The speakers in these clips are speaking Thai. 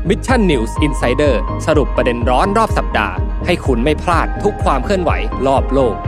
Mission News Insider สรุปประเด็นร้อนรอบสัปดาห์ให้คุณไม่พลาดทุกความเคลื่อนไหวรอบโลก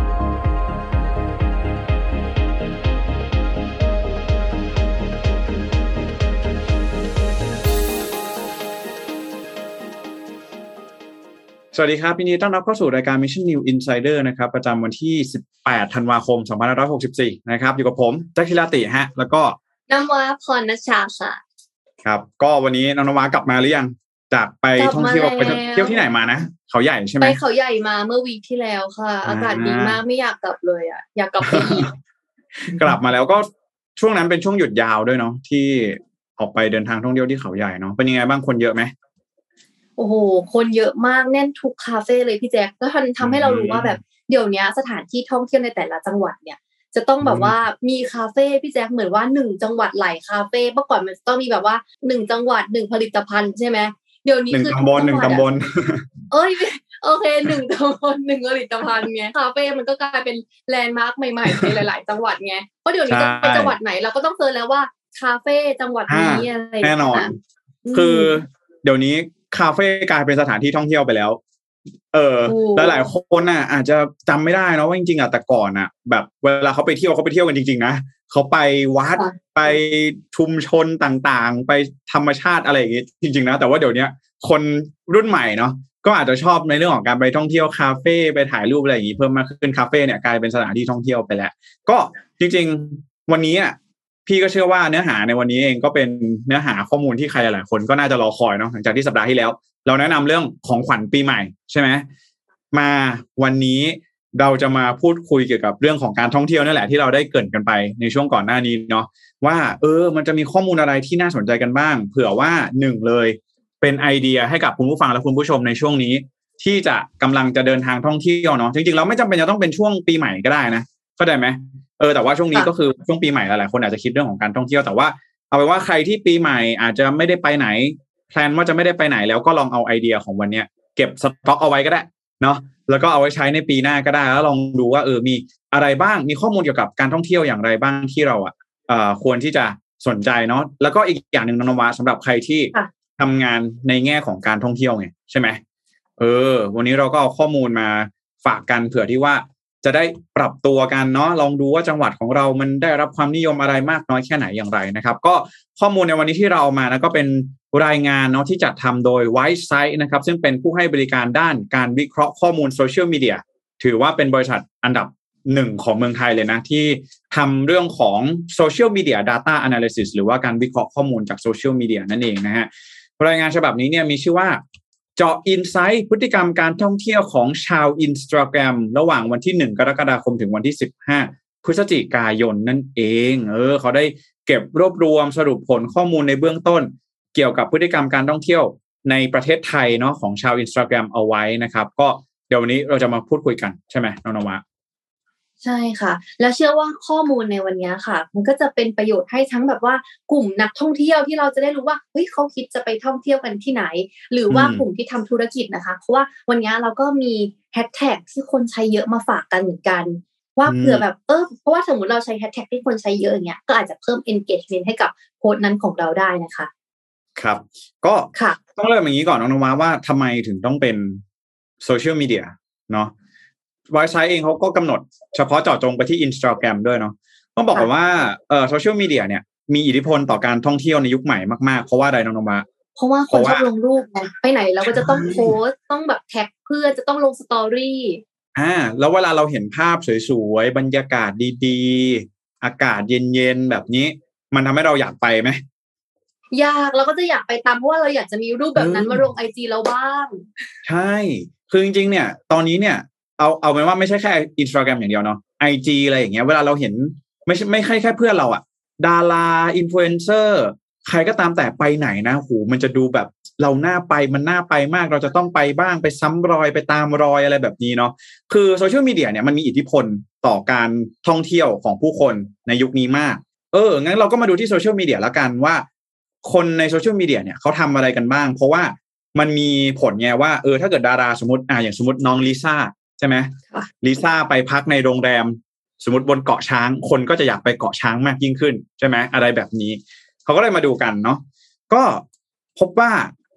สวัสดีครับยินดีต้อนรับเข้าสู่รายการ Mission News Insider นะครับประจำวันที่18ธันวาคม2564นะครับอยู่กับผมแจ็คทิราติฮะแล้วก็น้ำว้าพรณชาค่ะครับก็วันนี้น้องว้ากลับมาหรือยังจากไปท่องเที่ยวไปเที่ยวที่ไหนมานะเขาใหญ่ใช่ไหมไปเขาใหญ่มาเมื่อวีคที่แล้วค่ะอากาศดีมากไม่อยากกลับเลยอ่ะอยากกลับไปอีกกลับมาแล้วก็ช่วงนั้นเป็นช่วงหยุดยาวด้วยเนาะที่ออกไปเดินทางท่องเที่ยวที่เขาใหญ่เนาะเป็นยังไงบ้างคนเยอะไหมโอ้โหคนเยอะมากแน่นทุกคาเฟ่เลยพี่แจ๊คก็ทำให้เรารู้ว่าแบบเดี๋ยวนี้สถานที่ท่องเที่ยวในแต่ละจังหวัดเนี่ยจะต้องแบบว่ามีคาเฟ่พี่แจ๊คเหมือนว่า1จังหวัดหลายคาเฟ่เมื่อก่อนมันจะต้องมีแบบว่า1จังหวัด1ผลิตภัณฑ์ใช่ไหมเดี๋ยวนี้คือ 1ตำบล1ตำบลเอ้ยโอเค1ตำบล1ผลิตภัณฑ์ไงคาเฟ่มันก็กลายเป็นแลนด์มาร์คใหม่ๆในหลายๆจังหวัดไงเพราะเดี๋ยวนี้จะไปจังหวัดไหนเราก็ต้องเซิร์ชแล้วว่าคาเฟ่จังหวัดนี้อะไรแน่นอนคือเดี๋ยวนี้คาเฟ่กลายเป็นสถานที่ท่องเที่ยวไปแล้วหลายๆคนน่ะอาจจะจำไม่ได้นะว่าจริงๆอ่ะแต่ก่อนน่ะแบบเวลาเขาไปเที่ยวกันจริงๆนะเขาไปวัดไปชุมชนต่างๆไปธรรมชาติอะไรอย่างงี้จริงๆนะแต่ว่าเดี๋ยวนี้คนรุ่นใหม่เนาะก็อาจจะชอบในเรื่องของการไปท่องเที่ยวคาเฟ่ไปถ่ายรูปอะไรอย่างงี้เพิ่มมากขึ้นคาเฟ่เนี่ยกลายเป็นสถานที่ท่องเที่ยวไปแล้วก็จริงๆวันนี้อ่ะพี่ก็เชื่อว่าเนื้อหาในวันนี้เองก็เป็นเนื้อหาข้อมูลที่ใครหลายๆคนก็น่าจะรอคอยเนาะหลังจากที่สัปดาห์ที่แล้วเราแนะนำเรื่องของขวัญปีใหม่ใช่ไหมมาวันนี้เราจะมาพูดคุยเกี่ยวกับเรื่องของการท่องเที่ยวนั่นแหละที่เราได้เกริ่นกันไปในช่วงก่อนหน้านี้เนาะว่ามันจะมีข้อมูลอะไรที่น่าสนใจกันบ้างเผื่อว่า1เลยเป็นไอเดียให้กับคุณผู้ฟังและคุณผู้ชมในช่วงนี้ที่จะกำลังจะเดินทางท่องเที่ยวเนาะจริงๆเราไม่จำเป็นจะต้องเป็นช่วงปีใหม่ก็ได้นะเข้าใจไหมแต่ว่าช่วงนี้ก็คือช่วงปีใหม่หลายๆคนอาจจะคิดเรื่องของการท่องเที่ยวแต่ว่าเอาเป็นว่าใครที่ปีใหม่อาจจะไม่ได้ไปไหนแพลนว่าจะไม่ได้ไปไหนแล้วก็ลองเอาไอเดียของวันนี้เก็บสต็อกเอาไว้ก็ได้เนาะแล้วก็เอาไว้ใช้ในปีหน้าก็ได้แล้วลองดูว่ามีอะไรบ้างมีข้อมูลเกี่ยวกับการท่องเที่ยวอย่างไรบ้างที่เราควรที่จะสนใจเนาะแล้วก็อีกอย่างหนึ่งน้องวาสำหรับใครที่ทำงานในแง่ของการท่องเที่ยวไงใช่ไหมวันนี้เราก็เอาข้อมูลมาฝากกันเผื่อที่ว่าจะได้ปรับตัวกันเนาะลองดูว่าจังหวัดของเรามันได้รับความนิยมอะไรมากน้อยแค่ไหนอย่างไรนะครับก็ข้อมูลในวันนี้ที่เราเอามานะก็เป็นรายงานเนาะที่จัดทำโดย Whitesight นะครับซึ่งเป็นผู้ให้บริการด้านการวิเคราะห์ข้อมูลโซเชียลมีเดียถือว่าเป็นบริษัทอันดับ1ของเมืองไทยเลยนะที่ทำเรื่องของ Social Media Data Analysis หรือว่าการวิเคราะห์ข้อมูลจากโซเชียลมีเดียนั่นเองนะฮะรายงานฉบับนี้เนี่ยมีชื่อว่าเจาะอินไซต์พฤติกรรมการท่องเที่ยวของชาว Instagram ระหว่างวันที่1กรกฎาคมถึงวันที่15พฤศจิกายนนั่นเองเขาได้เก็บรวบรวมสรุปผลข้อมูลในเบื้องต้นเกี่ยวกับพฤติกรรมการท่องเที่ยวในประเทศไทยเนาะของชาว Instagram เอาไว้นะครับก็เดี๋ยววันนี้เราจะมาพูดคุยกันใช่ไหมน้องนวะใช่ค่ะแล้วเชื่อว่าข้อมูลในวันนี้ค่ะมันก็จะเป็นประโยชน์ให้ทั้งแบบว่ากลุ่มนักท่องเที่ยวที่เราจะได้รู้ว่าเฮ้ยเขาคิดจะไปท่องเที่ยวกันที่ไหนหรือว่ากลุ่มที่ทำธุรกิจนะคะเพราะว่าวันนี้เราก็มีแฮชแท็กที่คนใช้เยอะมาฝากกันเหมือนกันว่าเผื่อแบบเพราะว่าสมมติเราใช้แฮชแท็กที่คนใช้เยอะอย่างเงี้ยก็อาจจะเพิ่ม engagement ให้กับโพสต์นั้นของเราได้นะคะครับก็ต้องเริ่มอย่างนี้ก่อนน้องนวะว่าทำไมถึงต้องเป็นโซเชียลมีเดียเนาะWhitesight เองเขาก็กำหนดเฉพาะเจาะจงไปที่ Instagram ด้วยเนาะต้องบอกว่าโซเชียลมีเดียเนี่ยมีอิทธิพลต่อการท่องเที่ยวในยุคใหม่มากๆเพราะว่าอะไรน้องนวะเพราะว่าคนชอบลงรูปนะไปไหนเราก็จะต้องโพสต์ต้องแบบแท็กเพื่อนจะต้องลงสตอรี่แล้วเวลาเราเห็นภาพสวยๆบรรยากาศดีๆอากาศเย็นๆแบบนี้มันทำให้เราอยากไปไหมอยากเราก็จะอยากไปตามเพราะว่าเราอยากจะมีรูปแบบนั้นมาลง IG เราบ้างใช่คือจริงๆเนี่ยตอนนี้เนี่ยเอาเป็นว่าไม่ใช่แค่ Instagram อย่างเดียวเนาะ IG อะไรอย่างเงี้ยเวลาเราเห็นไม่ใช่แค่เพื่อนเราอะดาราอินฟลูเอนเซอร์ใครก็ตามแต่ไปไหนนะโหมันจะดูแบบเราน่าไปมันน่าไปมากเราจะต้องไปบ้างไปซ้ำรอยไปตามรอยอะไรแบบนี้เนาะคือโซเชียลมีเดียเนี่ยมันมีอิทธิพลต่อการท่องเที่ยวของผู้คนในยุคนี้มากงั้นเราก็มาดูที่โซเชียลมีเดียแล้วกันว่าคนในโซเชียลมีเดียเนี่ยเขาทำอะไรกันบ้างเพราะว่ามันมีผลไงว่าถ้าเกิดดาราสมมติอย่างสมมติน้องลิซ่าใช่ไหมลิซ่าไปพักในโรงแรมสมมติบนเกาะช้างคนก็จะอยากไปเกาะช้างมากยิ่งขึ้นใช่ไหมอะไรแบบนี้เขาก็เลยมาดูกันเนาะก็พบว่า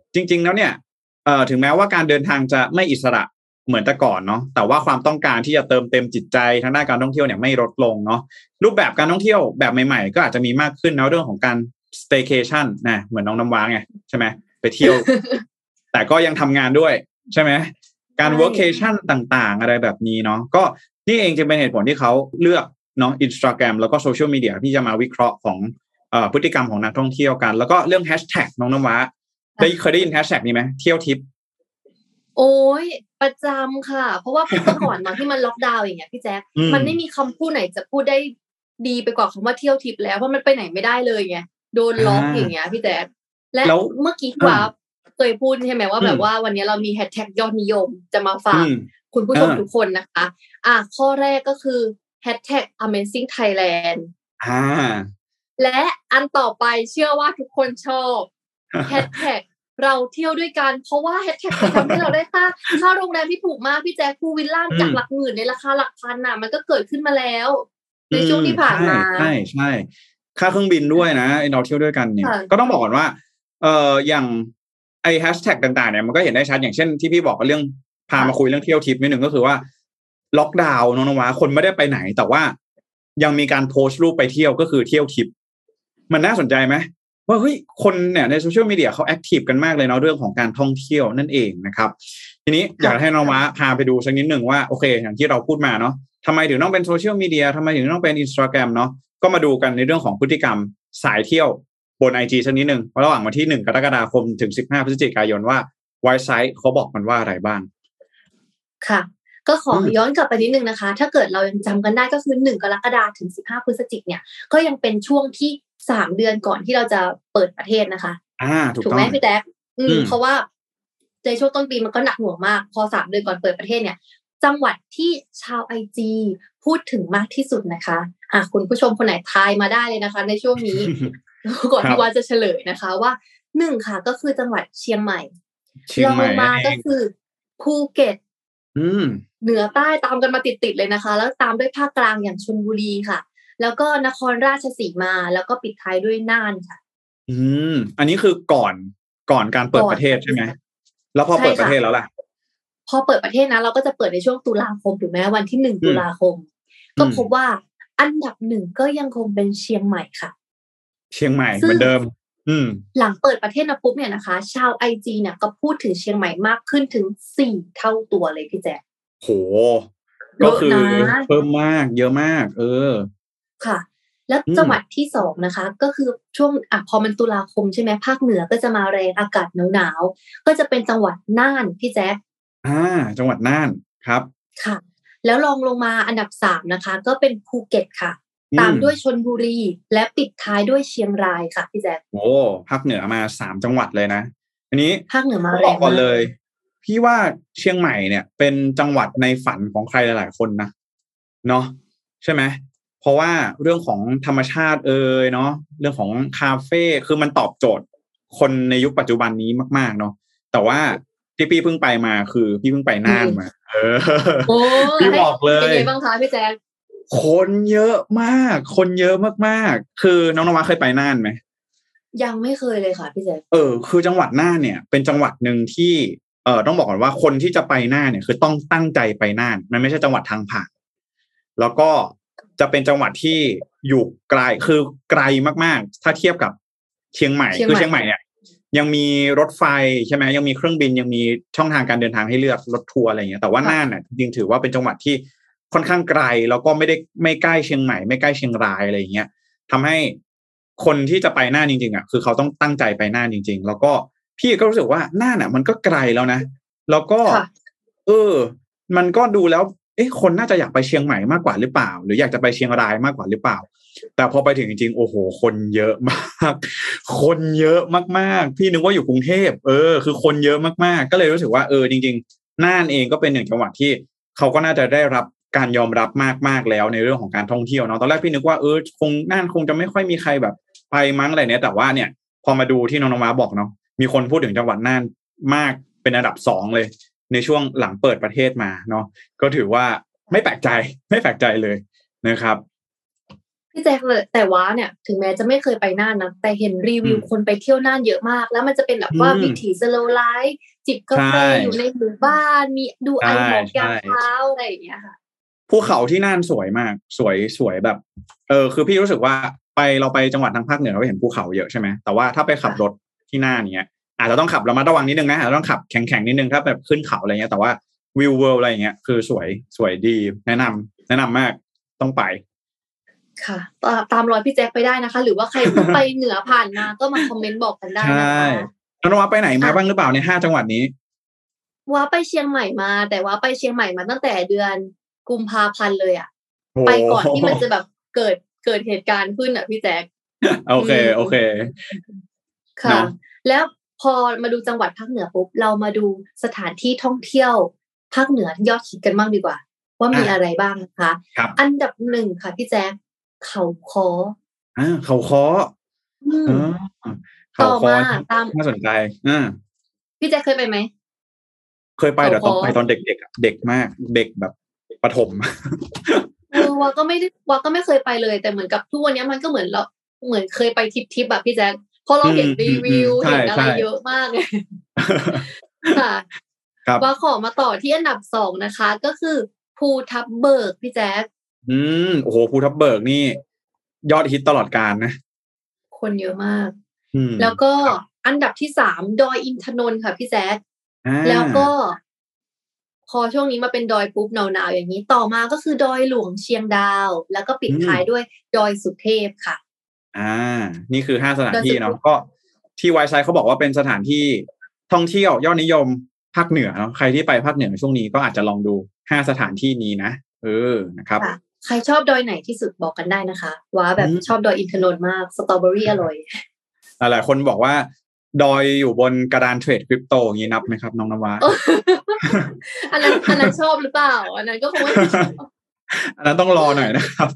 จริงๆแล้วเนี่ยถึงแม้ว่าการเดินทางจะไม่อิสระเหมือนแต่ก่อนเนาะแต่ว่าความต้องการที่จะเติมเต็มจิตใจทางด้านการท่องเที่ยวเนี่ยไม่ลดลงเนาะรูปแบบการท่องเที่ยวแบบใหม่ๆก็อาจจะมีมากขึ้นนะเรื่องของการ staycation นะเหมือนน้องน้ำว้าไงใช่ไหมไปเที่ยว แต่ก็ยังทำงานด้วยใช่ไหมการ workation ต่างๆอะไรแบบนี้เนาะก็นี่เองจะเป็นเหตุผลที่เขาเลือกเนาะ Instagram แล้วก็โซเชียลมีเดียที่จะมาวิเคราะห์ของพฤติกรรมของนักท่องเที่ยวกันแล้วก็เรื่องแฮชแท็กน้องน้ำว้าเคยได้ยินแฮชแท็กนี้ไหมเที่ยวทิปโอ้ยประจำค่ะเพราะว่าเมื่อก่อนมาที่มันล็อกดาวน์อย่างเงี้ยพี่แจ๊คมันไม่มีคำพูดไหนจะพูดได้ดีไปกว่าคำว่าเที่ยวทิปแล้วเพราะมันไปไหนไม่ได้เลยไงโดนล็อกอย่างเงี้ยพี่แจ๊คและเมื่อกี้ว่าเคยพูดใช่ไหมว่าแบบว่าวันนี้เรามีแฮชแท็กยอดนิยมจะมาฝากคุณผู้ชมทุกคนนะคะข้อแรกก็คือแฮชแท็ก Amazing Thailand และอันต่อไปเชื่อว่าทุกคนชอบแฮชแท็กเราเที่ยวด้วยกันเพราะว่าแฮชแท็กจะทำให้เราได้ค่าโรงแรมที่ถูกมากพี่แจ๊คพูลวิลล่าจากหลักหมื่นในราคาหลักพันน่ะมันก็เกิดขึ้นมาแล้วในช่วงที่ผ่านมาใช่ค่าเครื่องบินด้วยนะเราเที่ยวด้วยกันเนี่ยก็ต้องบอกก่อนว่าอย่างไอ้แฮชแท็กต่างๆเนี่ยมันก็เห็นได้ชัดอย่างเช่นที่พี่บอกเรื่องพามาคุยเรื่องเที่ยวทริปนิดนึงก็คือว่าล็อกดาวน์น้องๆว่าคนไม่ได้ไปไหนแต่ว่ายังมีการโพสต์รูปไปเที่ยวก็คือเที่ยวทริปมันน่าสนใจไหมว่าเฮ้ยคนเนี่ยในโซเชียลมีเดียเขาแอคทีฟกันมากเลยเนาะเรื่องของการท่องเที่ยวนั่นเองนะครับทีนี้อยากให้น้องม้าพาไปดูสักนิดหนึ่งว่าโอเคอย่างที่เราพูดมาเนาะทำไมถึงต้องเป็นโซเชียลมีเดียทำไมถึงต้องเป็น Instagram เนาะก็มาดูกันในเรื่องของพฤติกรรมสายเที่ยวบน IG สักนิดหนึ่งระหว่างวันที่1 กรกฎาคมถึง15 พฤศจิกายนว่าไวซ์ไซต์เขาบอกมันว่าอะไรบ้างค่ะก็ขอย้อนกลับไปนิดนึงนะคะถ้าเกิดเรายังจำกันได้ก็คือ1 กรกฎาคมถึง15 พฤศจิกเนี่ยก็ยังเป็นช่วงที่3 เดือนก่อนที่เราจะเปิดประเทศนะคะถูกไหมพี่แจ๊คเพราะว่าในช่วงต้นปีมันก็หนักหน่วงมากพอ3 เดือนก่อนเปิดประเทศเนี่ยจังหวัดที่ชาว IG พูดถึงมากที่สุดนะคะคุณผู้ชมคนไหนทายมาได้เลยนะคะในช่วงนี้ ก่อนที่ว่าจะเฉลยนะคะว่า1ค่ะก็คือจังหวัดเชียงใหม่รองลงมาก็คือภูเก็ตเหนือใต้ตามกันมาติดๆเลยนะคะแล้วตามด้วยภาคกลางอย่างชลบุรีค่ะแล้วก็นครราชสีมาแล้วก็ปิดท้ายด้วยน่านค่ะอันนี้คือก่อนการเปิดประเทศใช่ไหมแล้วพอเปิดประเทศแล้วล่ะพอเปิดประเทศนะเราก็จะเปิดในช่วงตุลาคมถูกไหมวันที่1 ตุลาคมก็พบว่าอันดับ1ก็ยังคงเป็นเชียงใหม่ค่ะเชียงใหม่เหมือนเดิมหลังเปิดประเทศมาปุ๊บเนี่ยนะคะชาว IG เนี่ยก็พูดถึงเชียงใหม่มากขึ้นถึง4 เท่าตัวเลยพี่แจ๊คโหก็คือเพิ่มมากเยอะมากค่ะแล้วจังหวัดที่2นะคะก็คือช่วงพอมันตุลาคมใช่ไหมภาคเหนือก็จะมาแรงอากาศหนาวๆก็จะเป็นจังหวัดน่านพี่แจ๊คจังหวัดน่านครับค่ะแล้วรองลงมาอันดับ3นะคะก็เป็นภูเก็ตค่ะตามด้วยชลบุรีและปิดท้ายด้วยเชียงรายค่ะพี่แจ๊คโอ้ภาคเหนือมา3 จังหวัดเลยนะอันนี้ภาคเหนือมาแรงก่อนเลยพี่ว่าเชียงใหม่เนี่ยเป็นจังหวัดในฝันของใครหลายๆคนนะเนาะใช่ไหมเพราะว่าเรื่องของธรรมชาติเนาะเรื่องของคาเฟ่คือมันตอบโจทย์คนในยุคปัจจุบันนี้มากๆเนาะแต่ว่าที่พี่เพิ่งไปมาคือพี่เพิ่งไปน่านมาพี่บอกเลยเป็นไงบ้างคะพี่แจ๊คคนเยอะมากคนเยอะมากๆคือน้องนวาเคยไปน่านไหมยังไม่เคยเลยค่ะพี่แจ๊คคือจังหวัดน่านเนี่ยเป็นจังหวัดนึงที่ต้องบอกก่อนว่าคนที่จะไปน่านเนี่ยคือต้องตั้งใจไปน่านมันไม่ใช่จังหวัดทางผ่านแล้วก็จะเป็นจังหวัดที่อยู่ไกลคือไกลมากๆถ้าเทียบกับเชียงใหม่คือเชียงใหม่เนี่ยยังมีรถไฟใช่ไหมยังมีเครื่องบินยังมีช่องทางการเดินทางให้เลือกรถทัวร์อะไรอย่างเงี้ยแต่ว่าน่านเนี่ยจริงๆถือว่าเป็นจังหวัดที่ค่อนข้างไกลแล้วก็ไม่ใกล้เชียงใหม่ไม่ใกล้เชียงรายอะไรอย่างเงี้ยทำให้คนที่จะไปน่านจริงๆอ่ะคือเขาต้องตั้งใจไปน่านจริงๆแล้วก็พี่ก็รู้สึกว่าน่านอ่ะมันก็ไกลแล้วนะแล้วก็มันก็ดูแล้วคนน่าจะอยากไปเชียงใหม่มากกว่าหรือเปล่าหรืออยากจะไปเชียงรายมากกว่าหรือเปล่าแต่พอไปถึงจริงๆโอ้โหคนเยอะมากคนเยอะมากๆพี่นึกว่าอยู่กรุงเทพคือคนเยอะมากๆก็เลยรู้สึกว่าจริงๆน่านเองก็เป็น1 จังหวัดที่เขาก็น่าจะได้รับการยอมรับมากๆแล้วในเรื่องของการท่องเที่ยวเนาะตอนแรกพี่นึกว่าคงน่านคงจะไม่ค่อยมีใครแบบไปมั้งอะไรเนี่ยแต่ว่าเนี่ยพอมาดูที่น้องมาบอกเนาะมีคนพูดถึงจังหวัดน่านมากเป็นอันดับ2เลยในช่วงหลังเปิดประเทศมาเนาะก็ถือว่าไม่แปลกใจเลยนะครับพี่พี่แจ๊คเลยแต่ว่าเนี่ยถึงแม้จะไม่เคยไปน่านนะแต่เห็นรีวิวคนไปเที่ยวน่านเยอะมากแล้วมันจะเป็นแบบว่าวิถีสโลว์ไลฟ์จิบกาแฟอยู่ในหมู่บ้านมีดูไอหมอกยามเช้าอะไรอย่างเงี้ยค่ะภูเขาที่น่านสวยมากสวยแบบคือพี่รู้สึกว่าเราไปจังหวัดทางภาคเหนือเราเห็นภูเขาเยอะใช่ไหมแต่ว่าถ้าไปขับรถที่น่านเนี้ยอาจจะต้องขับระมัดระวังนิดนึงนะอาจจะต้องขับแข็งนิดนึงถ้าแบบขึ้นเขาอะไรเงี้ยแต่ว่าวิวเวิลด์อะไรเงี้ยคือสวยดีแนะนำมากต้องไปค่ะตามรอยพี่แจ๊คไปได้นะคะหรือว่าใครเพิ่งไปเหนือผ่านมาก็มาคอมเมนต์บอกกันได้นะคะน้องว่าไปไหนมาบ้างหรือเปล่าใน5 จังหวัดนี้ว่าไปเชียงใหม่มาแต่ว่าไปเชียงใหม่มาตั้งแต่เดือนกุมภาพันธ์เลยอ่ะไปก่อนที่มันจะแบบเกิดเหตุการณ์ขึ้นอ่ะพี่แจ๊คโอเคค่ะแล้วพอมาดูจังหวัดภาคเหนือปุ๊บเรามาดูสถานที่ท่องเที่ยวภาคเหนือยอดฮิตกันบ้างดีกว่าว่ามีอะไรบ้างนะคะอันดับ1ค่ะพี่แจ๊คเขาค้อเขาค้อต่อมาตามน่าสนใจพี่แจ๊คเคยไปไหมเคยไปแต่ตอนไปตอนเด็กๆเด็กมากเด็กแบบประถมว่าก็ไม่เคยไปเลยแต่เหมือนกับทุกวันนี้มันก็เหมือนเราเหมือนเคยไปทิปแบบพี่แจ๊คเพราะเราเห็นรีวิวเห็นอะไรเยอะมากเลยค่ะว่าขอมาต่อที่อันดับ2นะคะก็คือภูทับเบิกพี่แจ๊คโอ้โหภูทับเบิกนี่ยอดฮิตตลอดกาลนะคนเยอะมากแล้วก็อันดับที่3ดอยอินทนนท์ค่ะพี่แจ๊คแล้วก็พอช่วงนี้มาเป็นดอยปุ๊บหนาวๆอย่างนี้ต่อมาก็คือดอยหลวงเชียงดาวแล้วก็ปิดท้ายด้วยดอยสุเทพค่ะนี่คือ5 สถานที่เนาะก็ที่ไวซ์ไซด์เขาบอกว่าเป็นสถานที่ท่องเที่ยวยอดนิยมภาคเหนือเนาะใครที่ไปภาคเหนือในช่วงนี้ก็อาจจะลองดู5 สถานที่นี้นะนะครับใครชอบดอยไหนที่สุดบอกกันได้นะคะว่าแบบชอบดอยอินทนนท์มากสตรอเบอรี่อร่อยหลายคนบอกว่าดอยอยู่บนกระดานเทรดคริปโตอย่างนี้นับไหมครับน้องนวะอันนั้นชอบหรือเปล่าอันนั้นก็คงไม่ชอบอันนั้นต้องรอหน่อยนะครับ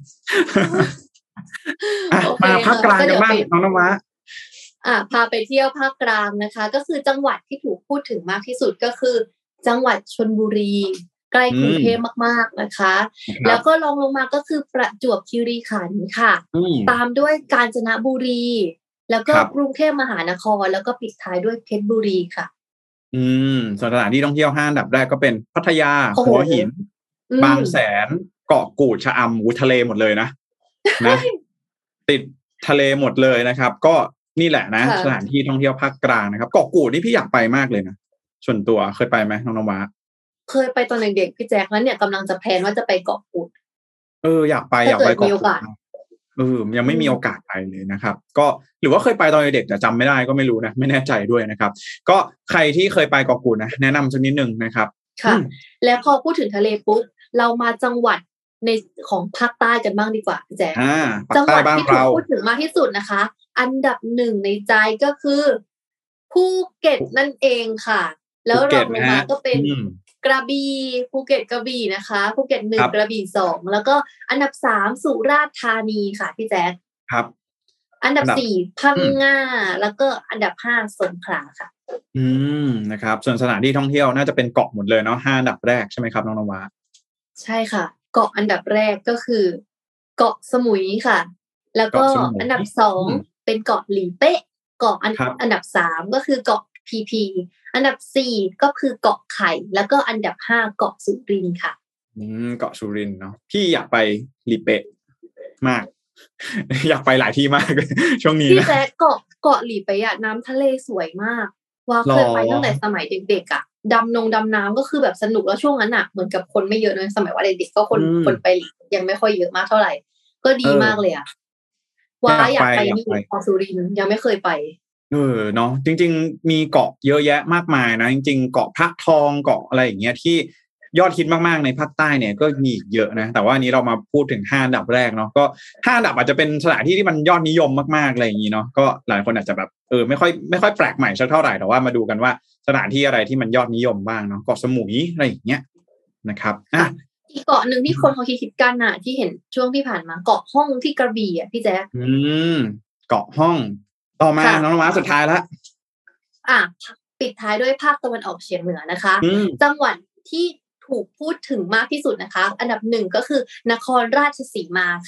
มาภาคกลางกันบ้างน้องนวะพาไปเที่ยวภาคกลางนะคะก็คือจังหวัดที่ถูกพูดถึงมากที่สุดก็คือจังหวัดชลบุรีใกล้กรุงเทพมากๆนะคะแล้วก็ลงมาก็คือประจวบคีรีขันธ์ค่ะตามด้วยกาญจนบุรีแล้วก็กรุงเทพมหานครแล้วก็ปิดท้ายด้วยเพชรบุรีค่ะสถานที่ท่องเที่ยว5 อันดับแรกก็เป็นพัทยาหัวหินบางแสนเกาะกูดชะอำทะเลหมดเลยนะติดทะเลหมดเลยนะครับก็นี่แหละนะสถานที่ท่องเที่ยวภาคกลางนะครับเกาะกูดนี่พี่อยากไปมากเลยนะส่วนตัวเคยไปไหมน้องนวะเคยไปตอนเด็กๆพี่แจ๊คแล้วเนี่ยกำลังจะแพลนว่าจะไปเกาะกูดอยากไปเกาะกูดยังไม่มีโอกาสไปเลยนะครับก็หรือว่าเคยไปตอนเด็กแต่จำไม่ได้ก็ไม่รู้นะไม่แน่ใจด้วยนะครับก็ใครที่เคยไปเกาะกูดนะแนะนำสักนิดนึงนะครับค่ะแล้วพอพูดถึงทะเลปุ๊บเรามาจังหวัดในของภาคใต้กันบ้างดีกว่าพี่แจ๊คจังหวัดที่ถูกพูดถึงมากที่สุดนะคะอันดับ1ในใจก็คือภูเก็ตนั่นเองค่ะแล้วรองลงมาก็เป็นกระบี่ภูเก็ตกระบี่นะคะภูเก็ต1กระบี่2แล้วก็อันดับ3สุราษฎร์ธานีค่ะพี่แจ๊คครับอันดับ4พังงาแล้วก็อันดับ5สงขลาค่ะนะครับส่วนสถานที่ท่องเที่ยวน่าจะเป็นเกาะหมดเลยเนาะ5 อันดับแรกใช่ไหมครับน้องนวะใช่ค่ะเกาะอันดับแรกก็คือเกาะสมุยค่ะแล้วก็อันดับ2เป็นเกาะหลีเป๊ะเกาะอันดับ3ก็คือเกาะพีอันดับ4ก็คือเกาะไข่แล้วก็อันดับ5เกาะสุรินทร์ค่ะเกาะสุรินทร์เนาะพี่อยากไปหลีเป๊ะมากอยากไปหลายที่มากช่วงนี้พี่แจ๊คเกาะหลีเป๊ะน้ำทะเลสวยมากว่าเคยไปตั้งแต่สมัยเด็กๆดำน้ำก็คือแบบสนุกแล้วช่วงนั้นเหมือนกับคนไม่เยอะเลยสมัยว่าเด็กๆก็คนไปยังไม่ค่อยเยอะมากเท่าไหร่ก็ดีมากเลยว่าอยากไปนี่เกาะสุรินทร์ยังไม่เคยไปเนาะจริงๆมีเกาะเยอะแยะมากมายนะจริงๆเกาะพระทองเกาะอะไรอย่างเงี้ยที่ยอดฮิตมากๆในภาคใต้เนี่ยก็มีเยอะนะแต่ว่านี้เรามาพูดถึง5 อันดับแรกเนาะก็5 อันดับอาจจะเป็นสถานที่ที่มันยอดนิยมมากๆอะไรอย่างงี้เนาะก็หลายคนอาจจะแบบไม่ค่อยแปลกใหม่สักเท่าไหร่แต่ว่ามาดูกันว่าสถานที่อะไรที่มันยอดนิยมบ้างเนาะเกาะสมุยอะไรอย่างเงี้ยนะครับอีกเกาะนึงที่คนเขาคิดกันที่เห็นช่วงที่ผ่านมาเกาะห้องที่กระบี่พี่แจ๊คเกาะห้องต่อมาน้องม้าสุดท้ายแล้วปิดท้ายด้วยภาคตะวันออกเฉียงเหนือนะคะจังหวัดที่ถูกพูดถึงมากที่สุดนะคะอันดับ1ก็คือนครราชสีมาค่ะ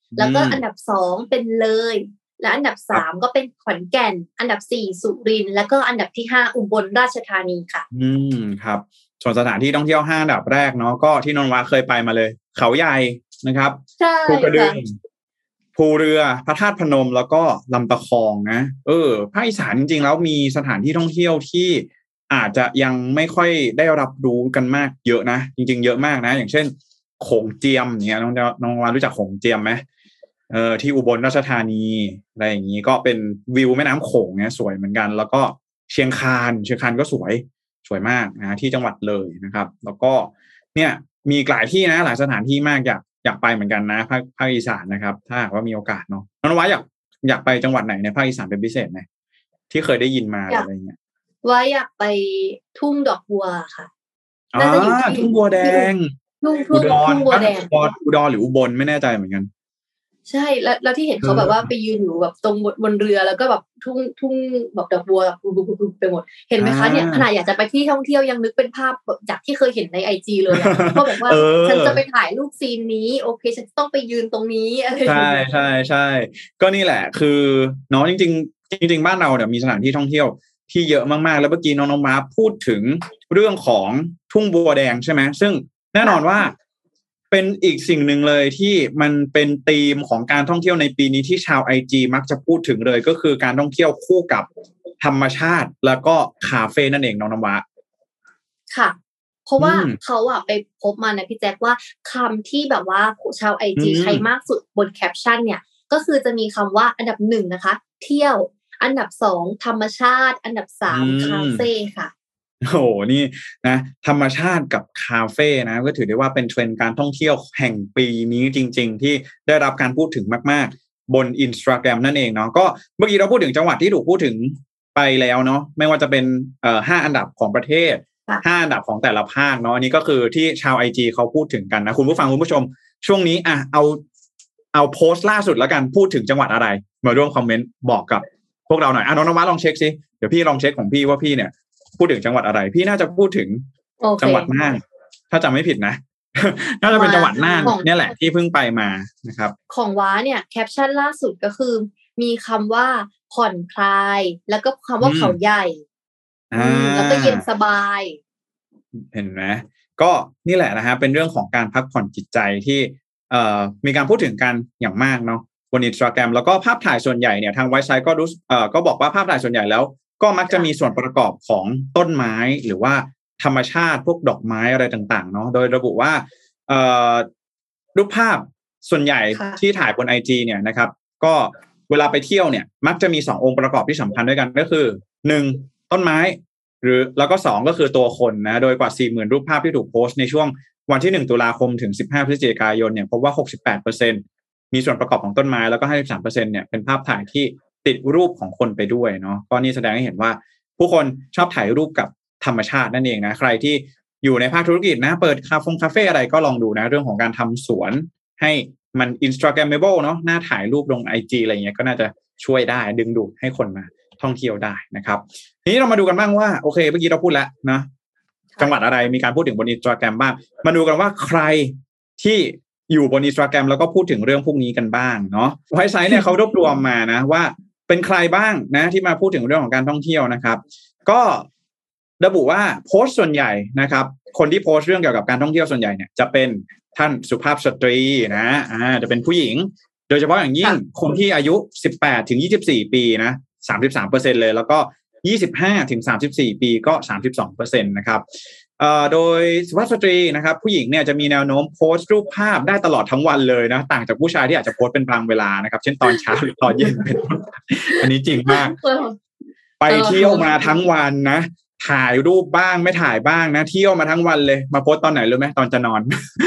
แล้วก็อันดับ2เป็นเลยและอันดับ3ก็เป็นขอนแก่นอันดับ4สุรินทร์แล้วก็อันดับที่5อุบลราชธานีค่ะครับส่วนสถานที่ท่องเที่ยว5อันดับแรกเนาะก็ที่นนท์วาเคยไปมาเลยเขาใหญ่นะครับภูกระดึงภูเรือพระธาตุพนมแล้วก็ลำตะคองนะภาคอีสานจริงๆแล้วมีสถานที่ท่องเที่ยวที่อาจจะยังไม่ค่อยได้รับรู้กันมากเยอะนะจริงๆเยอะมากนะอย่างเช่นโขงเจียมเนี่ยน้องวารู้จักโขงเจียมไหมที่อุบลราชธานีอะไรอย่างนี้ก็เป็นวิวแม่น้ำโขงเนี่ยสวยเหมือนกันแล้วก็เชียงคานก็สวยมากนะที่จังหวัดเลยนะครับแล้วก็เนี่ยมีหลายที่นะหลายสถานที่มากอยากไปเหมือนกันนะภาคอีสานนะครับถ้าหากว่ามีโอกาสเนาะน้องว่าอยากไปจังหวัดไหนในภาคอีสานเป็นพิเศษไหมที่เคยได้ยินมาอะไรเงี้ยว่าอยากไปทุ่งดอกบัวค่ะทุ่งบัวแดงทุ่งบัวแดงอุดรหรืออุบลไม่แน่ใจเหมือนกันใช่แล้วที่เห็นเขาแบบว่าไปยืนอยู่แบบตรงบนเรือแล้วก็แบบทุ่งแบบดอกบัวไปหมดเห็นไหมคะเนี่ยขนาดอยากจะไปที่ท่องเที่ยวยังนึกเป็นภาพจากที่เคยเห็นใน IG เลยก็บอกว่าฉันจะไปถ่ายรูปซีนนี้โอเคฉันต้องไปยืนตรงนี้อะไรใช่ก็นี่แหละคือเนาะจริงบ้านเราเนี่ยมีสถานที่ท่องเที่ยวที่เยอะมากๆแล้วเมื่อกี้น้องมาพูดถึงเรื่องของทุ่งบัวแดงใช่ไหมซึ่งแน่นอนว่าเป็นอีกสิ่งหนึ่งเลยที่มันเป็นธีมของการท่องเที่ยวในปีนี้ที่ชาว IG มักจะพูดถึงเลยก็คือการท่องเที่ยวคู่กับธรรมชาติแล้วก็คาเฟ่นั่นเองน้องน้ำว้าค่ะเพราะว่าเขาไปพบมานะพี่แจ็คว่าคำที่แบบว่าชาว IG ใช้มากสุดบนแคปชั่นเนี่ยก็คือจะมีคำว่าอันดับ1นะคะเที่ยวอันดับ2ธรรมชาติอันดับ3คาเฟ่ค่ะโอ้นี่นะธรรมชาติกับคาเฟ่นะก็ถือได้ว่าเป็นเทรนด์การท่องเที่ยวแห่งปีนี้จริงๆที่ได้รับการพูดถึงมากๆบน Instagram นั่นเองเนาะก็เมื่อกี้เราพูดถึงจังหวัดที่ถูกพูดถึงไปแล้วเนาะไม่ว่าจะเป็น5อันดับของประเทศ5อันดับของแต่ละภาคเนาะอันนี้ก็คือที่ชาว IG เขาพูดถึงกันนะคุณผู้ฟังคุณผู้ชมช่วงนี้เอาโพสต์ล่าสุดแล้วกันพูดถึงจังหวัดอะไรมาร่วมคอมเมนต์บอกกับพวกเราหน่อยน้องมาลองเช็คสิเดี๋ยวพี่ลองเช็คของพี่ว่าพี่เนี่ยพูดถึงจังหวัดอะไรพี่น่าจะพูดถึงจังหวัดน่านถ้าจำไม่ผิดนะ น่าจะเป็นจังหวัดน่านเนี่ยแหละที่เพิ่งไปมานะครับของว้าเนี่ยแคปชั่นล่าสุดก็คือมีคำว่าผ่อนคลายแล้วก็คำว่าเขาใหญ่แล้วก็เย็นสบายเห็นไหมก็นี่แหละนะฮะเป็นเรื่องของการพักผ่อนจิตใจที่มีการพูดถึงกันอย่างมากเนาะบน Instagram แล้วก็ภาพถ่ายส่วนใหญ่เนี่ยทางไวซ์ไซต์ก็บอกว่าภาพถ่ายส่วนใหญ่แล้วก็มักจะมีส่วนประกอบของต้นไม้หรือว่าธรรมชาติพวกดอกไม้อะไรต่างๆเนาะโดยระบุว่ารูปภาพส่วนใหญ่ที่ถ่ายบน IG เนี่ยนะครับก็เวลาไปเที่ยวเนี่ยมักจะมี2องค์ประกอบที่สำคัญด้วยกันก็คือ1ต้นไม้แล้วก็2ก็คือตัวคนนะโดยกว่า 40,000 รูปภาพที่ถูกโพสต์ในช่วงวันที่1ตุลาคมถึง15พฤศจิกายนเนี่ยพบว่า 68% มีส่วนประกอบของต้นไม้แล้วก็ 53% เนี่ยเป็นภาพถ่ายที่ติดรูปของคนไปด้วยเนาะก็นี่แสดงให้เห็นว่าผู้คนชอบถ่ายรูปกับธรรมชาตินั่นเองนะใครที่อยู่ในภาคธุรกิจนะเปิดคาเฟ่อะไรก็ลองดูนะเรื่องของการทำสวนให้มัน Instagrammable เนาะหน้าถ่ายรูปลง IG อะไรเงี้ยก็น่าจะช่วยได้ดึงดูดให้คนมาท่องเที่ยวได้นะครับทีนี้เรามาดูกันบ้างว่าโอเคเมื่อกี้เราพูดแล้วนะจังหวัดอะไรมีการพูดถึงบน Instagram บ้างมาดูกันว่าใครที่อยู่บน Instagram แล้วก็พูดถึงเรื่องพวกนี้กันบ้างเนาะไวซ์ไซต์เนี่ยเขารวบรวมมานะว่าเป็นใครบ้างนะที่มาพูดถึงเรื่องของการท่องเที่ยวนะครับก็ระบุว่าโพสต์ส่วนใหญ่นะครับคนที่โพสต์เรื่องเกี่ยวกับการท่องเที่ยวส่วนใหญ่เนี่ยจะเป็นท่านสุภาพสตรีนะจะเป็นผู้หญิงโดยเฉพาะอย่างยิ่งคนที่อายุ18ถึง24ปีนะ 33% เลยแล้วก็25ถึง34ปีก็ 32% นะครับโดยสุภาพสตรีนะครับผู้หญิงเนี่ยจะมีแนวโน้มโพสต์รูปภาพได้ตลอดทั้งวันเลยนะต่างจากผู้ชายที่อาจจะโพสต์เป็นบางเวลานะครับเช่นตอนเช้าหรือตอนเย็นเป็นอันนี้จริงมากไปเที่ยวมาทั้งวันนะถ่ายรูปบ้างไม่ถ่ายบ้างนะเที่ยวมาทั้งวันเลยมาโพสต์ตอนไหนรู้ไหมตอนจะนอน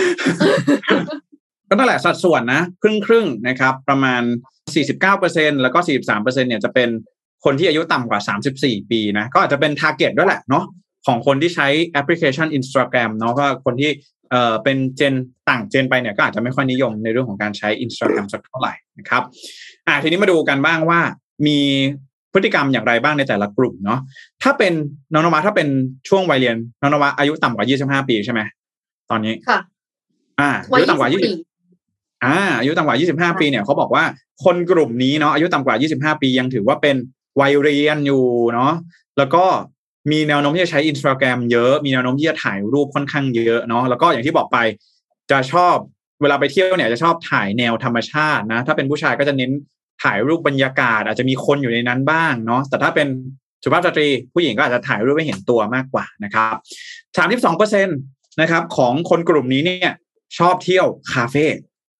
ก็นั่นแหละสัดส่วนนะครึ่งนะครับประมาณ 49% แล้วก็ 43% เนี่ยจะเป็นคนที่อายุต่ำกว่า34ปีนะก็อาจจะเป็นทาร์เก็ตด้วยแหละเนาะของคนที่ใช้แอปพลิเคชัน Instagram เนาะก็คนที่เป็นเจนต่างเจนไปเนี่ยก็อาจจะไม่ค่อยนิยมในเรื่องของการใช้ Instagram สักเท่าไหร่นะครับทีนี้มาดูกันบ้างว่ามีพฤติกรรมอย่างไรบ้างในแต่ละกลุ่มเนาะถ้าเป็นน้องนวาถ้าเป็นช่วงวัยเรียนน้องนวาอายุต่ำกว่า25ปีใช่ไหมตอนนี้ค่ะอายุต่ำกว่า20 อายุต่ำกว่า25ปีเนี่ยเขาบอกว่าคนกลุ่มนี้เนาะอายุต่ำกว่า25ปียังถือว่าเป็นวัยเรียนอยู่เนาะแล้วก็มีแนวโน้มที่จะใช้ Instagram เยอะมีแนวโน้มที่จะถ่ายรูปค่อนข้างเยอะเนาะแล้วก็อย่างที่บอกไปจะชอบเวลาไปเที่ยวเนี่ยจะชอบถ่ายแนวธรรมชาตินะถ้าเป็นผู้ชายก็จะเน้นถ่ายรูปบรรยากาศอาจจะมีคนอยู่ในนั้นบ้างเนาะแต่ถ้าเป็นสุภาพสตรีผู้หญิงก็อาจจะถ่ายรูปให้เห็นตัวมากกว่านะครับ 32% นะครับของคนกลุ่มนี้เนี่ยชอบเที่ยวคาเฟ่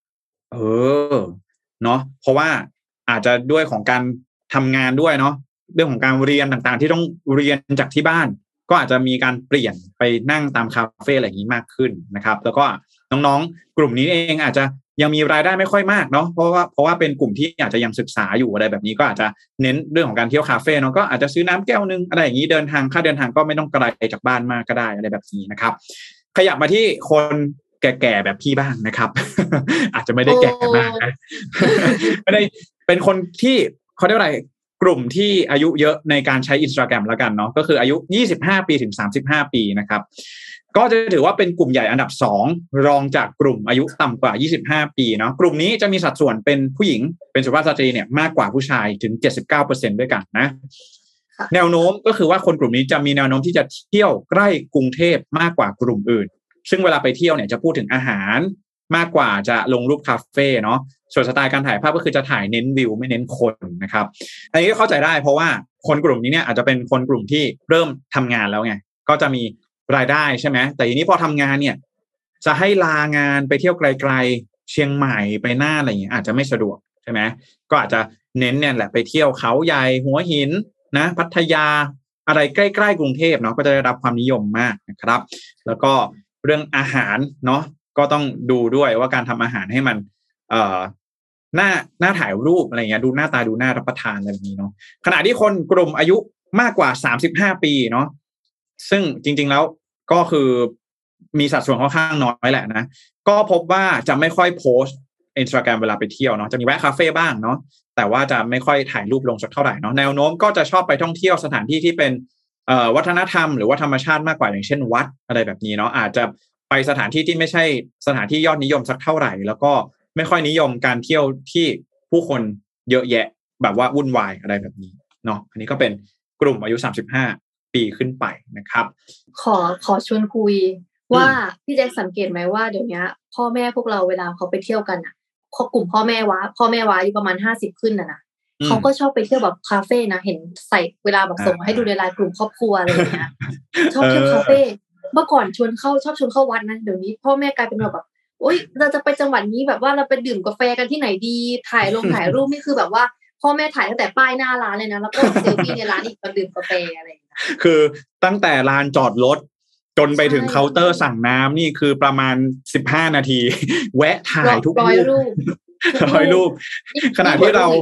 เนาะเพราะว่าอาจจะด้วยของการทำงานด้วยเนาะเรื่องของการเรียนต่างๆที่ต้องเรียนจากที่บ้านก็อาจจะมีการเปลี่ยนไปนั่งตามคาเฟ่อะไรอย่างนี้มากขึ้นนะครับแล้วก็น้องๆกลุ่มนี้เองอาจจะยังมีรายได้ไม่ค่อยมากเนาะเพราะว่าเป็นกลุ่มที่อาจจะยังศึกษาอยู่อะไรแบบนี้ก็อาจจะเน้นเรื่องของการเที่ยวคาเฟ่เนาะก็อาจจะซื้อน้ำแก้วนึงอะไรอย่างนี้เดินทางค่าเดินทางก็ไม่ต้องไกลจากบ้านมากก็ได้อะไรแบบนี้นะครับขยับมาที่คนแก่ๆแบบพี่บ้างนะครับ อาจจะไม่ได้แก่มากนะ ไม่ได้เป็นคนที่เขาเรียกว่าอะไรกลุ่มที่อายุเยอะในการใช้ Instagram แล้วกันเนาะก็คืออายุ25ปีถึง35ปีนะครับก็จะถือว่าเป็นกลุ่มใหญ่อันดับ2รองจากกลุ่มอายุต่ำกว่า25ปีเนาะกลุ่มนี้จะมีสัดส่วนเป็นผู้หญิงเป็นสุภาพสตรีเนี่ยมากกว่าผู้ชายถึง 79% ด้วยกันนะแนวโน้มก็คือว่าคนกลุ่มนี้จะมีแนวโน้มที่จะเที่ยวใกล้กรุงเทพมากกว่ากลุ่มอื่นซึ่งเวลาไปเที่ยวเนี่ยจะพูดถึงอาหารมากกว่าจะลงรูปคาเฟ่เนาะส่วนสไตล์การถ่ายภาพก็คือจะถ่ายเน้นวิวไม่เน้นคนนะครับอันนี้ก็เข้าใจได้เพราะว่าคนกลุ่มนี้เนี่ยอาจจะเป็นคนกลุ่มที่เริ่มทำงานแล้วไงก็จะมีรายได้ใช่ไหมแต่ทีนี้พอทำงานเนี่ยจะให้ลางานไปเที่ยวไกลๆเชียงใหม่ไปน่านอะไรอย่างเงี้ยอาจจะไม่สะดวกใช่ไหมก็อาจจะเน้นเนี่ยแหละไปเที่ยวเขาใหญ่หัวหินนะพัทยาอะไรใกล้ๆกรุงเทพเนาะก็จะได้รับความนิยมมากนะครับแล้วก็เรื่องอาหารเนาะก็ต้องดูด้วยว่าการทำอาหารให้มันหน้าถ่ายรูปอะไรเงี้ยดูหน้าตาดูน่ารับประทานอะไรแบบนี้เนาะขณะที่คนกลุ่มอายุมากกว่า35ปีเนาะซึ่งจริงๆแล้วก็คือมีสัดส่วนค่อนข้างน้อยแหละนะก็พบว่าจะไม่ค่อยโพสต์ Instagram เวลาไปเที่ยวเนาะจะมีแวะคาเฟ่บ้างเนาะแต่ว่าจะไม่ค่อยถ่ายรูปลงสักเท่าไหร่เนาะแนวโน้มก็จะชอบไปท่องเที่ยวสถานที่ที่เป็นวัฒนธรรมหรือว่าธรรมชาติมากกว่าอย่างเช่นวัดอะไรแบบนี้เนาะอาจจะไปสถานที่ที่ไม่ใช่สถานที่ยอดนิยมสักเท่าไหร่แล้วก็ไม่ค่อยนิยมการเที่ยวที่ผู้คนเยอะแยะแบบว่าวุ่นวายอะไรแบบนี้เนาะอันนี้ก็เป็นกลุ่มอายุ35ปีขึ้นไปนะครับขอชวนคุยว่าพี่แจ็คสังเกตไหมว่าเดี๋ยวนี้พ่อแม่พวกเราเวลาเขาไปเที่ยวกันอ่ะกลุ่มพ่อแม่วะอายุประมาณ50ขึ้นนะเขาก็ชอบไปเที่ยวแบบคาเฟ่นะเห็นใส่เวลาแบบส่งให้ดูในไลน์กลุ่มครอบครัวอะไรอย่างเงี้ยชอบเที่ยวคาเฟ่เมื่อก่อนชอบชวนเข้าวัดนะเดี๋ยวนี้พ่อแม่กลายเป็นแบบโอ๊ยเราจะไปจังหวัดนี้แบบว่าเราไปดื่มกาแฟกันที่ไหนดีถ่ายรูปนี่คือแบบว่าพ่อแม่ถ่ายตั้งแต่ป้ายหน้าร้านเลยนะแล้วก็เซลฟี่ในร้านอีกตอนดื่มกาแฟอะไรอย่างเงี้ยคือตั้งแต่ลานจอดรถจนไปถึงเคาน์เตอร์สั่งน้ำนี่คือประมาณ15นาทีแวะถ่ายทุกรูปขณะที่เรา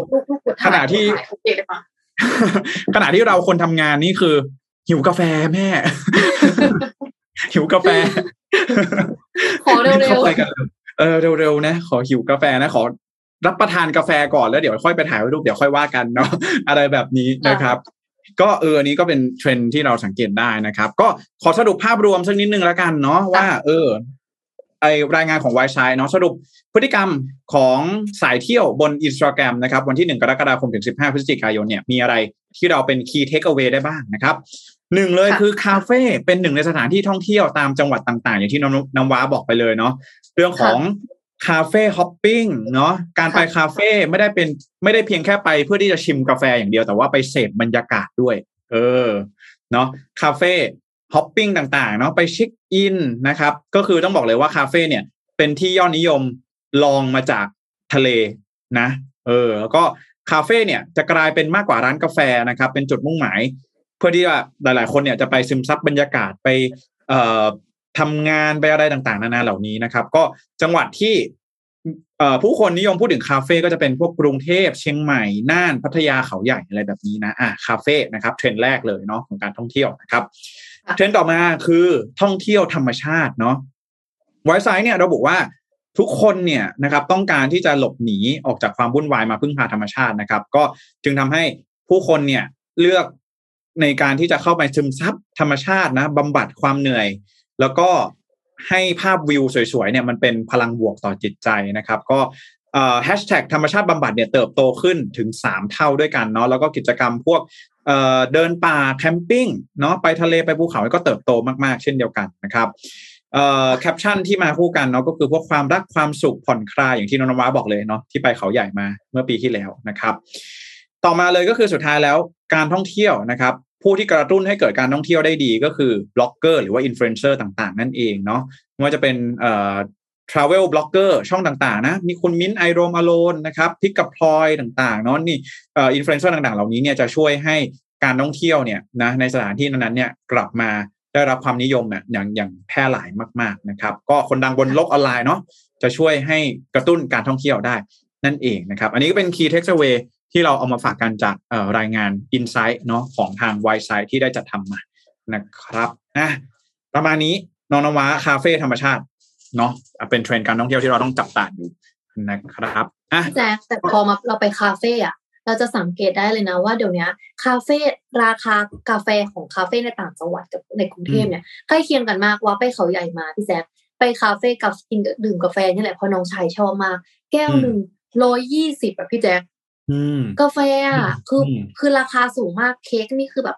คนทำงานนี่คือหิวกาแฟแม่ หิวกาแฟขอเร็วเร็วนะขอหิวกาแฟนะขอรับประทานกาแฟก่อนแล้วเดี๋ยวค่อยไปถ่ายรูปเดี๋ยวค่อยว่ากันเนาะอะไรแบบนี้นะครับก็อันนี้ก็เป็นเทรนด์ที่เราสังเกตได้นะครับก็ขอสรุปภาพรวมสักนิดนึงแล้วกันเนาะว่าไอรายงานของ Wireside เนาะสรุปพฤติกรรมของสายเที่ยวบน Instagram นะครับวันที่1กรกฎาคมถึง15พฤศจิกายนเนี่ยมีอะไรที่เราเป็น key takeaway ได้บ้างนะครับ1เลยคือคาเฟ่เป็นหนึ่งในสถานที่ท่องเที่ยวตามจังหวัดต่างๆอย่างที่น้ำว้าบอกไปเลยเนาะเรื่องของคาเฟ่ฮอปปิ้งเนาะการไปคาเฟ่ไม่ได้เพียงแค่ไปเพื่อที่จะชิมกาแฟอย่างเดียวแต่ว่าไปเสพบรรยากาศด้วยเนาะคาเฟ่ฮอปปิ้งต่างๆเนาะไปเช็คอินนะครับก็คือต้องบอกเลยว่าคาเฟ่เนี่ยเป็นที่ยอดนิยมลองมาจากทะเลนะแล้วก็คาเฟ่เนี่ยจะกลายเป็นมากกว่าร้านกาแฟนะครับเป็นจุดมุ่งหมายเพื่อที่ว่าหลายๆคนเนี่ยจะไปซึมซับบรรยากาศไปทำงานไปอะไรต่างๆนานาเหล่านี้นะครับก็จังหวัดที่ผู้คนนิยมพูดถึงคาเฟ่ก็จะเป็นพวกกรุงเทพเชียงใหม่น่านพัทยาเขาใหญ่อะไรแบบนี้นะคาเฟ่นะครับเทรนด์แรกเลยเนาะของการท่องเที่ยวนะครับเทรนด์ต่อมาคือท่องเที่ยวธรรมชาติเนาะWiresideเนี่ยเราบอกว่าทุกคนเนี่ยนะครับต้องการที่จะหลบหนีออกจากความวุ่นวายมาพึ่งพาธรรมชาตินะครับก็จึงทำให้ผู้คนเนี่ยเลือกในการที่จะเข้าไปซึมซับธรรมชาตินะบำบัดความเหนื่อยแล้วก็ให้ภาพวิวสวยๆเนี่ยมันเป็นพลังบวกต่อจิตใจนะครับก็แฮชแท็กธรรมชาติบำบัดเนี่ยเติบโตขึ้นถึง3เท่าด้วยกันเนาะแล้วก็กิจกรรมพวกเดินป่าแคมปิ้งเนาะไปทะเลไปภูเขาก็เติบโตมากๆเช่นเดียวกันนะครับแคปชั่นที่มาคู่กันเนาะก็คือพวกความรักความสุขผ่อนคลายอย่างที่น้องนวาบอกเลยเนาะที่ไปเขาใหญ่มาเมื่อปีที่แล้วนะครับต่อมาเลยก็คือสุดท้ายแล้วการท่องเที่ยวนะครับผู้ที่กระตุ้นให้เกิดการท่องเที่ยวได้ดีก็คือบล็อกเกอร์หรือว่าอินฟลูเอนเซอร์ต่างๆนั่นเองเนาะไม่ว่าจะเป็นtravel blogger ช่องต่างๆนะมีคุณมิ้นไอโรมอโลนนะครับพิกกับพลอยต่างๆเนาะนี่อินฟลูเอนเซอร์ต่างๆเหล่านี้เนี่ยจะช่วยให้การท่องเที่ยวเนี่ยนะในสถานที่นั้นๆเนี่ยกลับมาได้รับความนิยมเนี่ยอย่างแพร่หลายมากๆนะครับก็คนดังบนโลกออนไลน์เนาะจะช่วยให้กระตุ้นการท่องเที่ยวได้นั่นเองนะครับอันนี้ก็เป็น Key Takeaway ที่เราเอามาฝากกันจากรายงาน Insight เนาะของทาง Wisesight ที่ได้จัดทำมานะครับประมาณนี้น้องนวาคาเฟ่ธรรมชาติเนาะเป็นเทรนด์การท่องเที่ยวที่เราต้องจับตาดูนะครับแจ๊คแต่พอมาเราไปคาเฟ่อะเราจะสังเกตได้เลยนะว่าเดี๋ยวนี้คาเฟ่ราคากาแฟของคาเฟ่ในต่างจังหวัดกับในกรุงเทพเนี่ยใกล้เคียงกันมากว่าไปเขาใหญ่มาพี่แจ๊คไปคาเฟ่กับกินดื่มกาแฟนี่แหละเพราะน้องชายชอบมากแก้วหนึ่ง120อะพี่แจ๊คกาแฟอ่ะคือราคาสูงมากเค้กนี่คือแบบ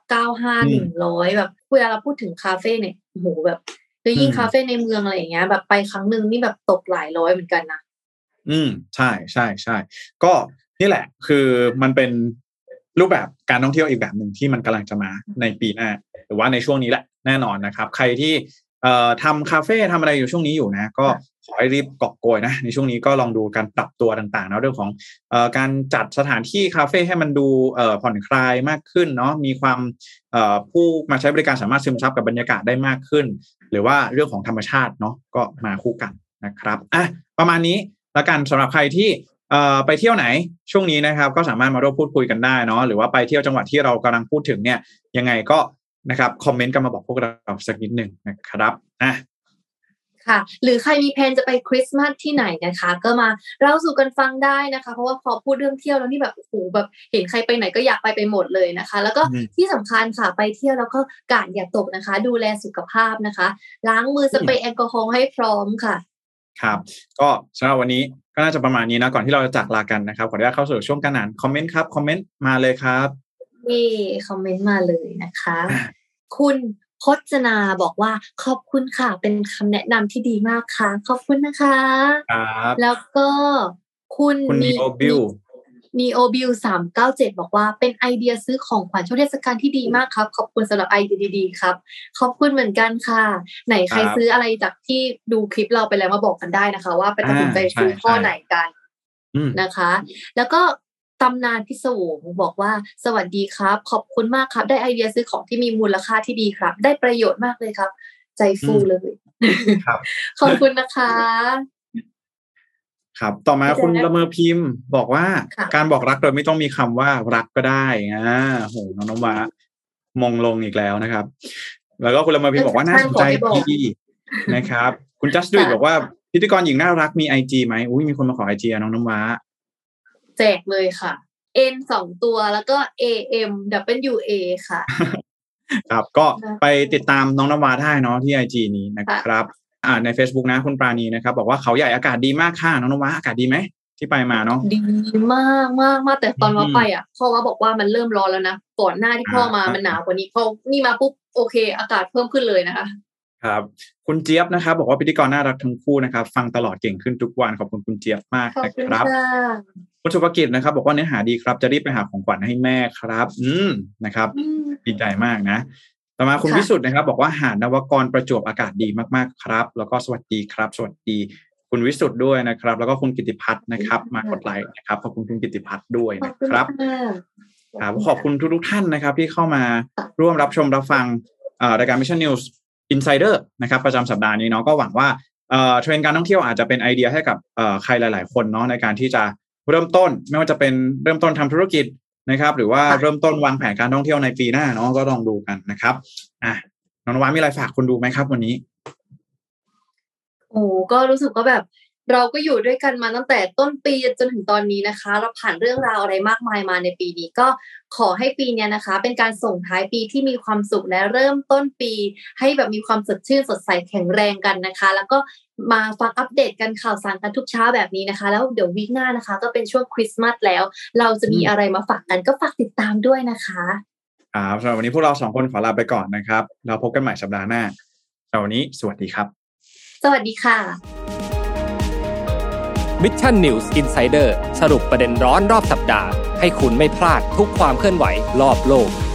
95-100แบบเวลาเราพูดถึงคาเฟ่เนี่ยโอ้โหแบบแล้วยิ่งคาเฟ่ในเมืองอะไรอย่างเงี้ยแบบไปครั้งนึงนี่แบบตกหลายร้อยเหมือนกันนะใช่ใช่ใช่ก็นี่แหละคือมันเป็นรูปแบบการท่องเที่ยวอีกแบบหนึ่งที่มันกำลังจะมาในปีหน้าหรือว่าในช่วงนี้แหละแน่นอนนะครับใครที่ทำคาเฟ่ทำอะไรอยู่ช่วงนี้อยู่นะก็ขอให้รีบกอบโกยนะในช่วงนี้ก็ลองดูการปรับตัวต่างๆนะเรื่องของการจัดสถานที่คาเฟ่ให้มันดูผ่อนคลายมากขึ้นเนาะมีความผู้มาใช้บริการสามารถซึมซับกับบรรยากาศได้มากขึ้นหรือว่าเรื่องของธรรมชาติเนาะก็มาคู่กันนะครับประมาณนี้แล้วกันสำหรับใครที่ไปเที่ยวไหนช่วงนี้นะครับก็สามารถมาร่วมพูดคุยกันได้เนาะหรือว่าไปเที่ยวจังหวัดที่เรากำลังพูดถึงเนี่ยยังไงก็นะครับคอมเมนต์กันมาบอกพวกเราสักนิดหนึ่งนะครับค่ะหรือใครมีแผนจะไปคริสต์มาสที่ไหนนะคะก็มาเล่าสู่กันฟังได้นะคะเพราะว่าพอพูดเรื่องเที่ยวแล้วนี่แบบโอ้โหแบบเห็นใครไปไหนก็อยากไปหมดเลยนะคะแล้วก็ที่สำคัญค่ะไปเที่ยวแล้วก็กาดอย่าตกนะคะดูแลสุขภาพนะคะล้างมือสเปรย์แอลกอฮอล์ให้พร้อมค่ะครับก็สำหรับวันนี้ก็น่าจะประมาณนี้นะก่อนที่เราจะจากลากันนะครับขออนุญาตเข้าสู่ช่วงการอ่านคอมเมนต์ครับคอมเมนต์มาเลยครับคอมเมนต์มาเลยนะคะคุณพจนาบอกว่าขอบคุณค่ะเป็นคำแนะนำที่ดีมากค่ะขอบคุณนะคะครับแล้วก็คุณนีโอบิล397บอกว่าเป็นไอเดียซื้อของขวัญช่วงเทศกาลที่ดีมากครับขอบคุณสำหรับไอเดียดีๆครับขอบคุณเหมือนกันค่ะไหนใครซื้ออะไรจากที่ดูคลิปเราไปแล้วมาบอกกันได้นะคะว่าไปตัดสินใจซื้อข้อไหนกันนะคะแล้วก็ตำนานพิศวงบอกว่าสวัสดีครับขอบคุณมากครับได้ไอเดียซื้อของที่มีมูลค่าที่ดีครับได้ประโยชน์มากเลยครับใจฟูเลยขอบคุณนะคะครับต่อมาคุณละเมอพิมพ์บอกว่าการบอกรักโดยไม่ต้องมีคำว่ารักก็ได้โหน้องวามงลงอีกแล้วนะครับแล้วก็คุณละเมอพิมพ์บอกว่าน่าสนใจดีนะครับคุณจัสตินบอกว่าพิธีกรหญิงน่ารักมี IG ไหมมีคนมาขอ IG น้องวาแจกเลยค่ะ N 2ตัวแล้วก็ AMWA ค่ะครับก็ไปติดตามน้องนวาได้เนาะที่ IG นี้นะครับใน Facebook นะคุณปราณีนะครับบอกว่าเขาใหญ่อากาศดีมากค่ะน้องนวาอากาศดีไหมที่ไปมาเนาะดีมากมากมากแต่ตอนว่าไปพ่อว่าบอกว่ามันเริ่มร้อนแล้วนะก่อนหน้าที่พ่อมามันหนาวกว่านี้พอนี่มาปุ๊บโอเคอากาศเพิ่มขึ้นเลยนะคะครับคุณเจี๊ยบนะครับบอกว่าพิธีกรน่ารักทั้งคู่นะครับฟังตลอดเก่งขึ้นทุกวันขอบคุณคุณเจี๊ยบมากนะครับคุณสุภกิจนะครับบอกว่าเนื้อหาดีครับจะรีบไปหาของขวัญให้แม่ครับนะครับดีใจมากนะต่อมาคุณวิสุทธ์นะครับบอกว่าหาดนวกรประจวบอากาศดีมากๆครับแล้วก็สวัสดีครับสวัสดีคุณวิสุทธ์ด้วยนะครับแล้วก็คุณกิติพัฒน์นะครับมากดไลค์นะครับขอบคุณคุณกิติพัฒน์ด้วยนะครับขอบคุณทุกท่านนะครับที่เข้ามาร่วมรับชมรับฟังรายการ Mission News Insider นะครับประจำสัปดาห์นี้เนาะก็หวังว่าเทรนด์การท่องเที่ยวอาจจะเป็นไอเดียให้กับใครหลายๆคนเนาะในการที่จะเริ่มต้นไม่ว่าจะเป็นเริ่มต้นทำธุรกิจนะครับหรือว่าเริ่มต้นวางแผนการท่องเที่ยวในปีหน้าเนาะก็ลองดูกันนะครับน้องนวามีอะไรฝากคนดูไหมครับวันนี้ก็รู้สึกว่าแบบเราก็อยู่ด้วยกันมาตั้งแต่ต้นปีจนถึงตอนนี้นะคะเราผ่านเรื่องราวอะไรมากมายมาในปีนี้ก็ขอให้ปีนี้นะคะเป็นการส่งท้ายปีที่มีความสุขและเริ่มต้นปีให้แบบมีความสดชื่นสดใสแข็งแรงกันนะคะแล้วก็มาฟังอัปเดตกันข่าวสารกันทุกเช้าแบบนี้นะคะแล้วเดี๋ยววีคหน้านะคะก็เป็นช่วงคริสต์มาสแล้วเราจะมีอะไรมาฝากกันก็ฝากติดตามด้วยนะคะสำหรับวันนี้พวกเรา2คนขอลาไปก่อนนะครับเราพบกันใหม่สัปดาห์หน้าสำหรับวันนี้สวัสดีครับสวัสดีค่ะ Mission News Insider สรุปประเด็นร้อนรอบสัปดาห์ให้คุณไม่พลาดทุกความเคลื่อนไหวรอบโลก